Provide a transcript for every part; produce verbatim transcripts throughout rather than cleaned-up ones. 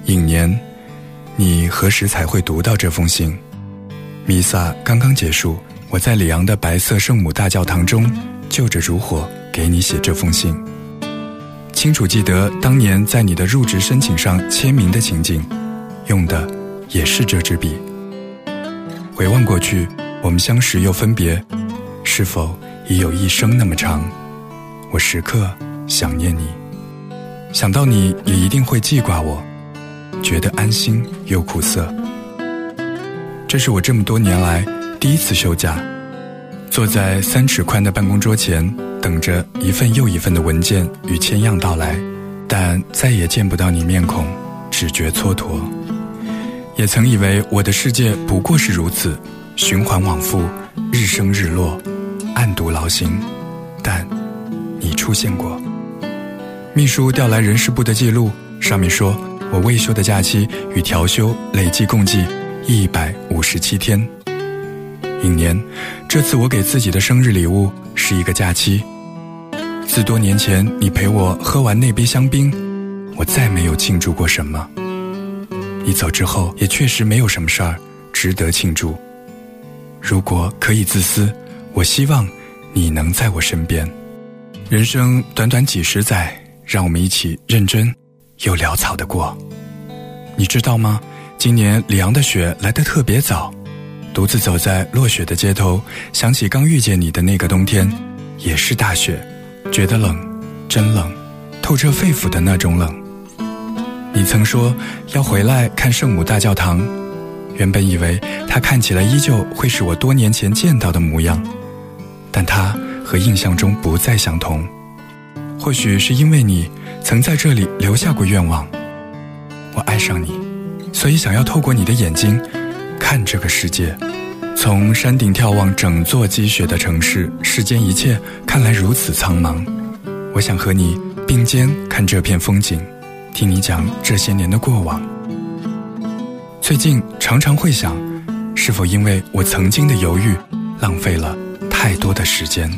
影年，你何时才会读到这封信？弥撒刚刚结束，我在里昂的白色圣母大教堂中就着烛火给你写这封信。清楚记得当年在你的入职申请上签名的情景，用的也是这支笔。回望过去，我们相识又分别，是否已有一生那么长？我时刻想念你，想到你也一定会记挂我，觉得安心又苦涩。这是我这么多年来第一次休假，坐在三尺宽的办公桌前，等着一份又一份的文件与签样到来，但再也见不到你面孔，只觉蹉跎。也曾以为我的世界不过是如此，循环往复，日升日落，暗度劳心，但你出现过。秘书调来人事部的记录，上面说我未休的假期与调休累计共计一百五十七天。影年，这次我给自己的生日礼物是一个假期。自多年前你陪我喝完那杯香槟，我再没有庆祝过什么。你走之后也确实没有什么事儿值得庆祝。如果可以自私，我希望你能在我身边。人生短短几十载，让我们一起认真又潦草地过。你知道吗？今年里昂的雪来得特别早，独自走在落雪的街头，想起刚遇见你的那个冬天，也是大雪，觉得冷，真冷，透彻肺腑的那种冷。你曾说要回来看圣母大教堂，原本以为它看起来依旧会是我多年前见到的模样，但它和印象中不再相同。或许是因为你曾在这里留下过愿望，我爱上你，所以想要透过你的眼睛看这个世界。从山顶眺望整座积雪的城市，世间一切看来如此苍茫。我想和你并肩看这片风景，听你讲这些年的过往。最近常常会想，是否因为我曾经的犹豫，浪费了太多的时间。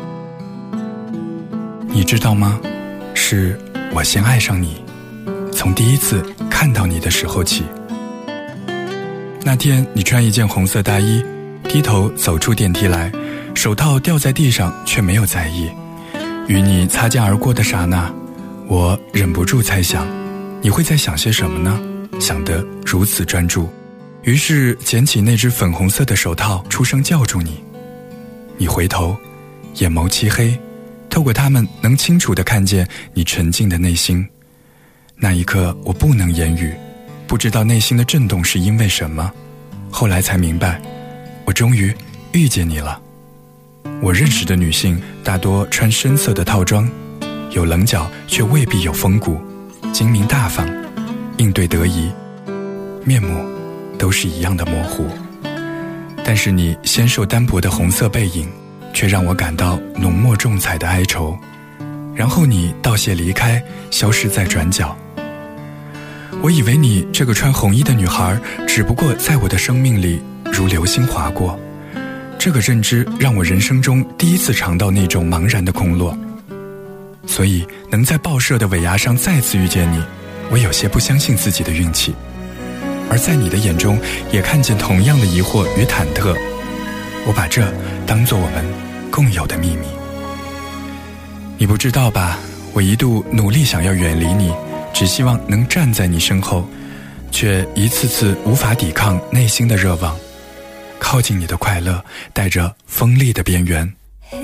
你知道吗？是我先爱上你，从第一次看到你的时候起。那天你穿一件红色大衣，低头走出电梯来，手套掉在地上却没有在意。与你擦肩而过的刹那，我忍不住猜想，你会在想些什么呢？想得如此专注，于是捡起那只粉红色的手套，出声叫住你。你回头，眼眸漆黑，透过它们能清楚地看见你沉静的内心。那一刻我不能言语，不知道内心的震动是因为什么，后来才明白，我终于遇见你了。我认识的女性大多穿深色的套装，有棱角却未必有风骨，精明大方，应对得宜，面目都是一样的模糊。但是你纤瘦单薄的红色背影，却让我感到浓墨重彩的哀愁。然后你道谢离开，消失在转角。我以为你这个穿红衣的女孩，只不过在我的生命里如流星划过。这个认知让我人生中第一次尝到那种茫然的空落。所以能在报社的尾牙上再次遇见你，我有些不相信自己的运气。而在你的眼中也看见同样的疑惑与忐忑，我把这当作我们共有的秘密。你不知道吧，我一度努力想要远离你，只希望能站在你身后，却一次次无法抵抗内心的热望。靠近你的快乐带着锋利的边缘。 嘿，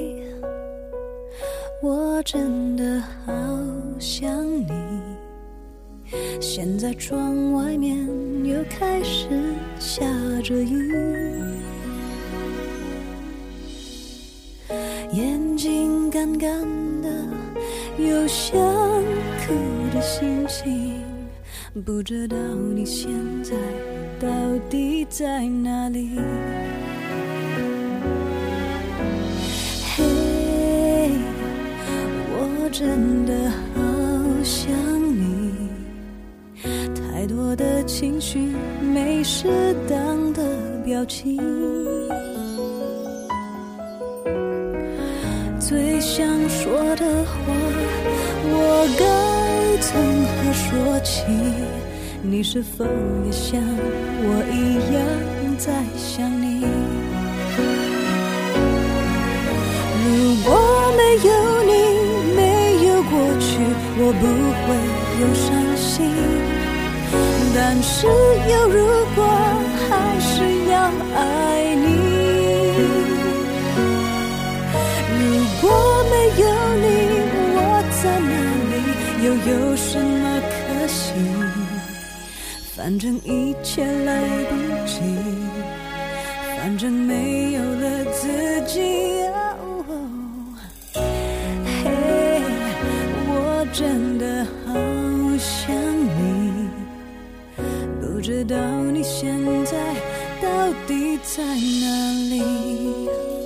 我真的好想你，现在窗外面又开始下着雨，眼睛干干的，有想哭的心情，不知道你现在到底在哪里。嘿，我真的好想你，太多的情绪没适当的表情，最想说的话我该从何说起， 你是否也像我一样在想你？如果没有你，没有过去，我不会有伤心。但是有如果，还是要爱你。如果没有你，我在哪里，又有什么可惜？反正一切来不及，反正没有了自己。哦，嘿，我真的好想你，不知道你现在到底在哪里？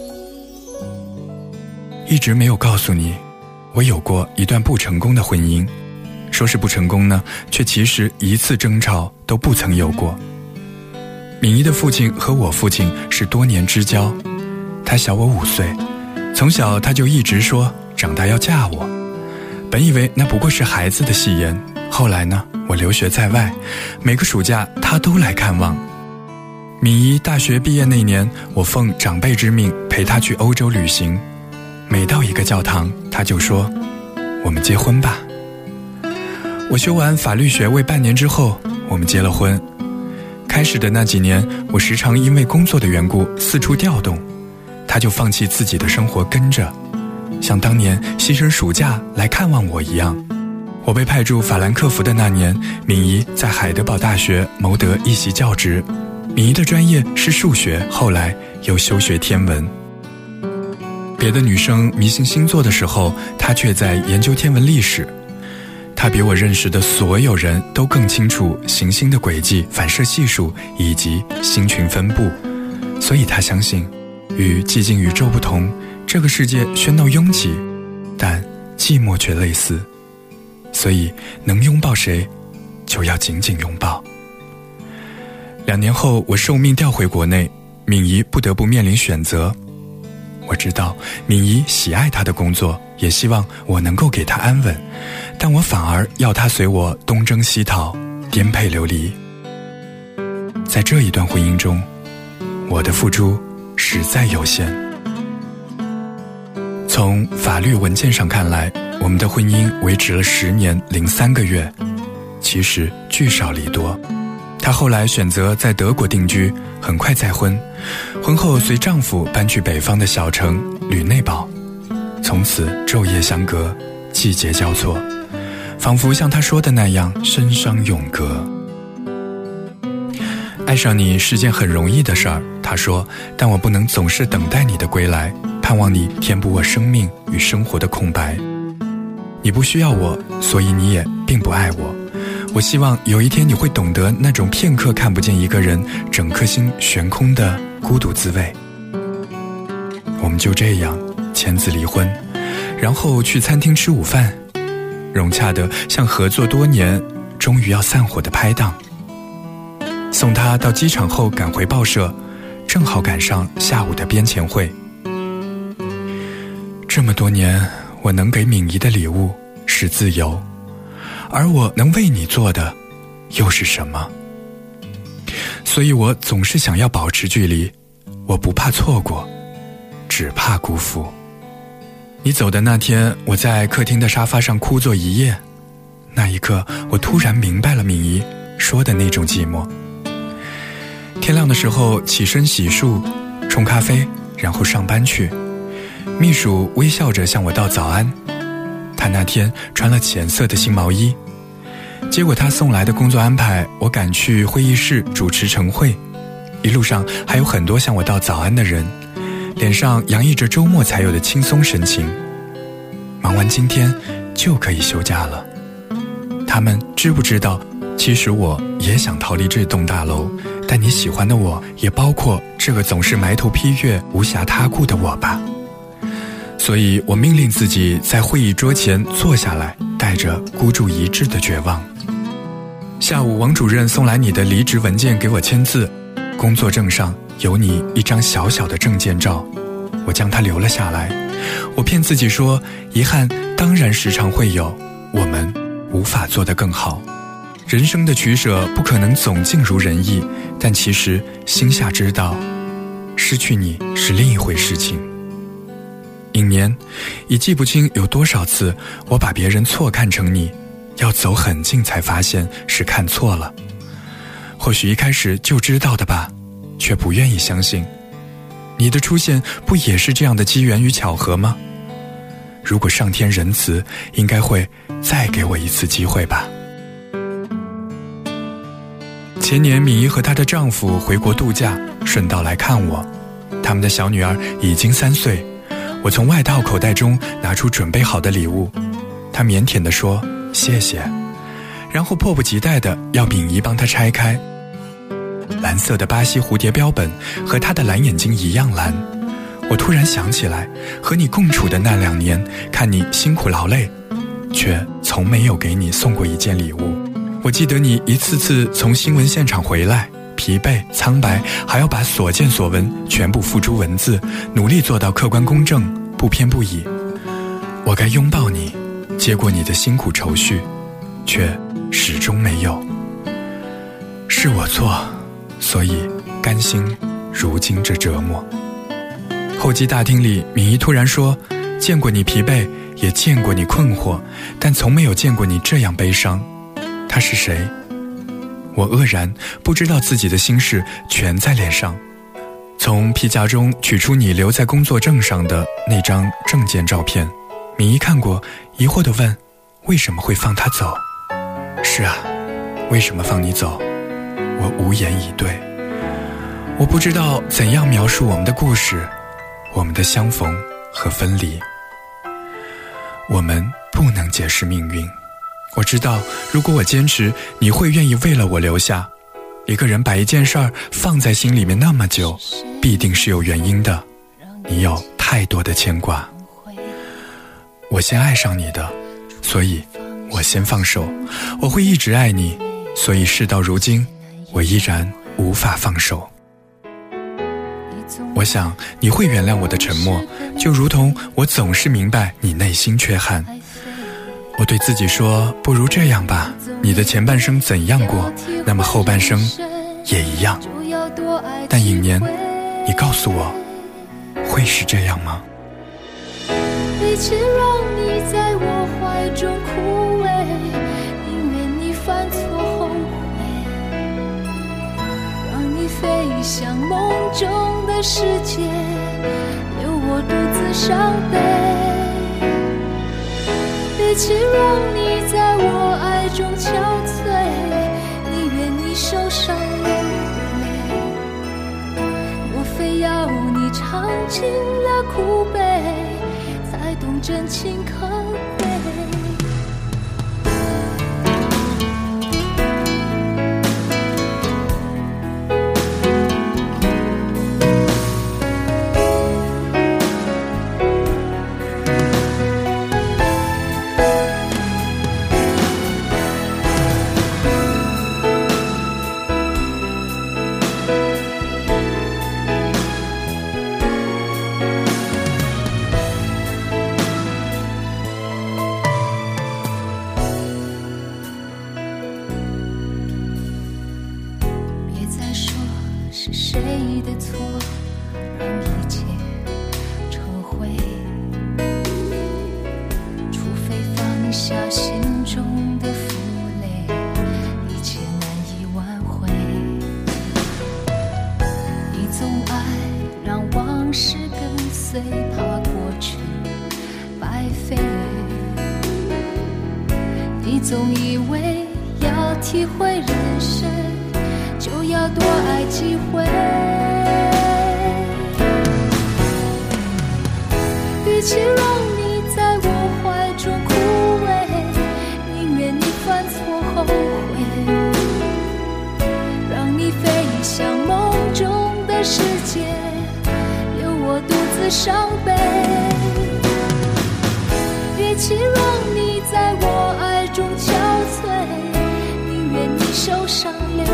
一直没有告诉你，我有过一段不成功的婚姻。说是不成功呢，却其实一次争吵都不曾有过。敏仪的父亲和我父亲是多年之交，他小我五岁，从小他就一直说长大要嫁我。本以为那不过是孩子的戏言，后来呢，我留学在外，每个暑假他都来看望。敏仪大学毕业那年，我奉长辈之命陪他去欧洲旅行，每到一个教堂，他就说我们结婚吧。我修完法律学位半年之后，我们结了婚。开始的那几年，我时常因为工作的缘故四处调动，他就放弃自己的生活跟着，像当年牺牲暑假来看望我一样。我被派驻法兰克福的那年，敏仪在海德堡大学谋得一席教职。敏仪的专业是数学，后来又修学天文。别的女生迷信星座的时候，她却在研究天文历史。他比我认识的所有人都更清楚行星的轨迹、反射系数以及星群分布，所以他相信，与寂静宇宙不同，这个世界喧闹拥挤，但寂寞却类似，所以能拥抱谁，就要紧紧拥抱。两年后，我受命调回国内，敏仪不得不面临选择。我知道敏仪喜爱她的工作，也希望我能够给她安稳，但我反而要她随我东征西讨，颠沛流离。在这一段婚姻中，我的付出实在有限。从法律文件上看来，我们的婚姻维持了十年零三个月，其实聚少离多。她后来选择在德国定居，很快再婚，婚后随丈夫搬去北方的小城吕内堡，从此昼夜相隔，季节交错，仿佛像她说的那样深伤永隔。爱上你是件很容易的事儿，她说，但我不能总是等待你的归来，盼望你填补我生命与生活的空白。你不需要我，所以你也并不爱我。我希望有一天你会懂得那种片刻看不见一个人，整颗心悬空的孤独滋味。我们就这样签字离婚，然后去餐厅吃午饭，融洽的像合作多年终于要散伙的拍档。送他到机场后赶回报社，正好赶上下午的编前会。这么多年，我能给敏仪的礼物是自由，而我能为你做的又是什么？所以我总是想要保持距离，我不怕错过，只怕辜负。你走的那天，我在客厅的沙发上枯坐一夜，那一刻我突然明白了敏仪说的那种寂寞。天亮的时候起身洗漱冲咖啡，然后上班去。秘书微笑着向我道早安，他那天穿了浅色的新毛衣。结果他送来的工作安排，我赶去会议室主持晨会，一路上还有很多向我道早安的人，脸上洋溢着周末才有的轻松神情。忙完今天就可以休假了。他们知不知道，其实我也想逃离这栋大楼，但你喜欢的我也包括这个总是埋头批阅无暇他顾的我吧。所以我命令自己在会议桌前坐下来，带着孤注一掷的绝望。下午王主任送来你的离职文件给我签字，工作证上有你一张小小的证件照，我将它留了下来。我骗自己说，遗憾当然时常会有，我们无法做得更好。 人生的取舍不可能总尽如人意，但其实心下知道，失去你是另一回事情。一年，已记不清有多少次我把别人错看成你，要走很近才发现是看错了。或许一开始就知道的吧，却不愿意相信。你的出现不也是这样的机缘与巧合吗？如果上天仁慈，应该会再给我一次机会吧。前年敏仪和她的丈夫回国度假，顺道来看我。他们的小女儿已经三岁，我从外套口袋中拿出准备好的礼物，她腼腆地说谢谢，然后迫不及待地要敏仪帮她拆开。蓝色的巴西蝴蝶标本和她的蓝眼睛一样蓝。我突然想起来，和你共处的那两年，看你辛苦劳累，却从没有给你送过一件礼物。我记得你一次次从新闻现场回来，疲惫苍白，还要把所见所闻全部付诸文字，努力做到客观公正，不偏不倚。我该拥抱你，接过你的辛苦愁绪，却始终没有。是我错，所以甘心如今这折磨。候机大厅里，敏仪突然说，见过你疲惫，也见过你困惑，但从没有见过你这样悲伤。他是谁？我愕然，不知道自己的心事全在脸上。从皮夹中取出你留在工作证上的那张证件照片，敏仪看过，疑惑地问，为什么会放他走？是啊，为什么放你走？我无言以对。我不知道怎样描述我们的故事，我们的相逢和分离。我们不能解释命运。我知道，如果我坚持，你会愿意为了我留下。一个人把一件事儿放在心里面那么久，必定是有原因的。你有太多的牵挂。我先爱上你的，所以我先放手。我会一直爱你，所以事到如今，我依然无法放手。我想你会原谅我的沉默，就如同我总是明白你内心缺憾。我对自己说，不如这样吧，你的前半生怎样过，那么后半生也一样。但一年，你告诉我，会是这样吗？ 与其让你在我怀中枯萎，宁愿你犯错后悔，让你飞向梦中的世界，留我独自伤悲。与其让你在我爱中憔悴，宁愿你受伤流泪。我非要你尝尽了苦悲，才懂真情可贵。是谁的错，让一切成灰？除非放下心中的负累，一切难以挽回。你总爱让往事跟随，怕过去白费。你总以为要体会人生，就要多爱几回。与其让你在我怀中枯萎，宁愿你犯错后悔，让你飞向梦中的世界，留我独自伤悲。与其让你在我爱中憔悴，宁愿你受伤流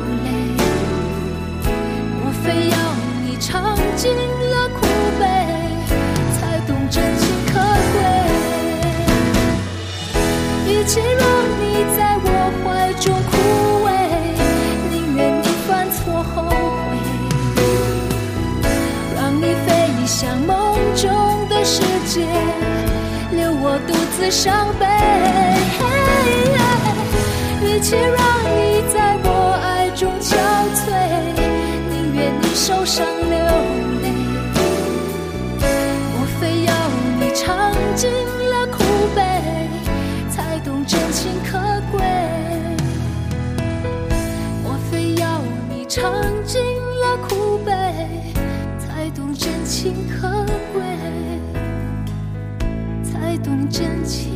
非要你尝尽了苦悲，才懂真情可贵。与其让你在我怀中起让你在我爱中憔悴，宁愿你受伤流泪，莫非要你尝尽了苦悲，才懂真情可贵？莫非要你尝尽了苦悲，才懂真情可贵，才懂真情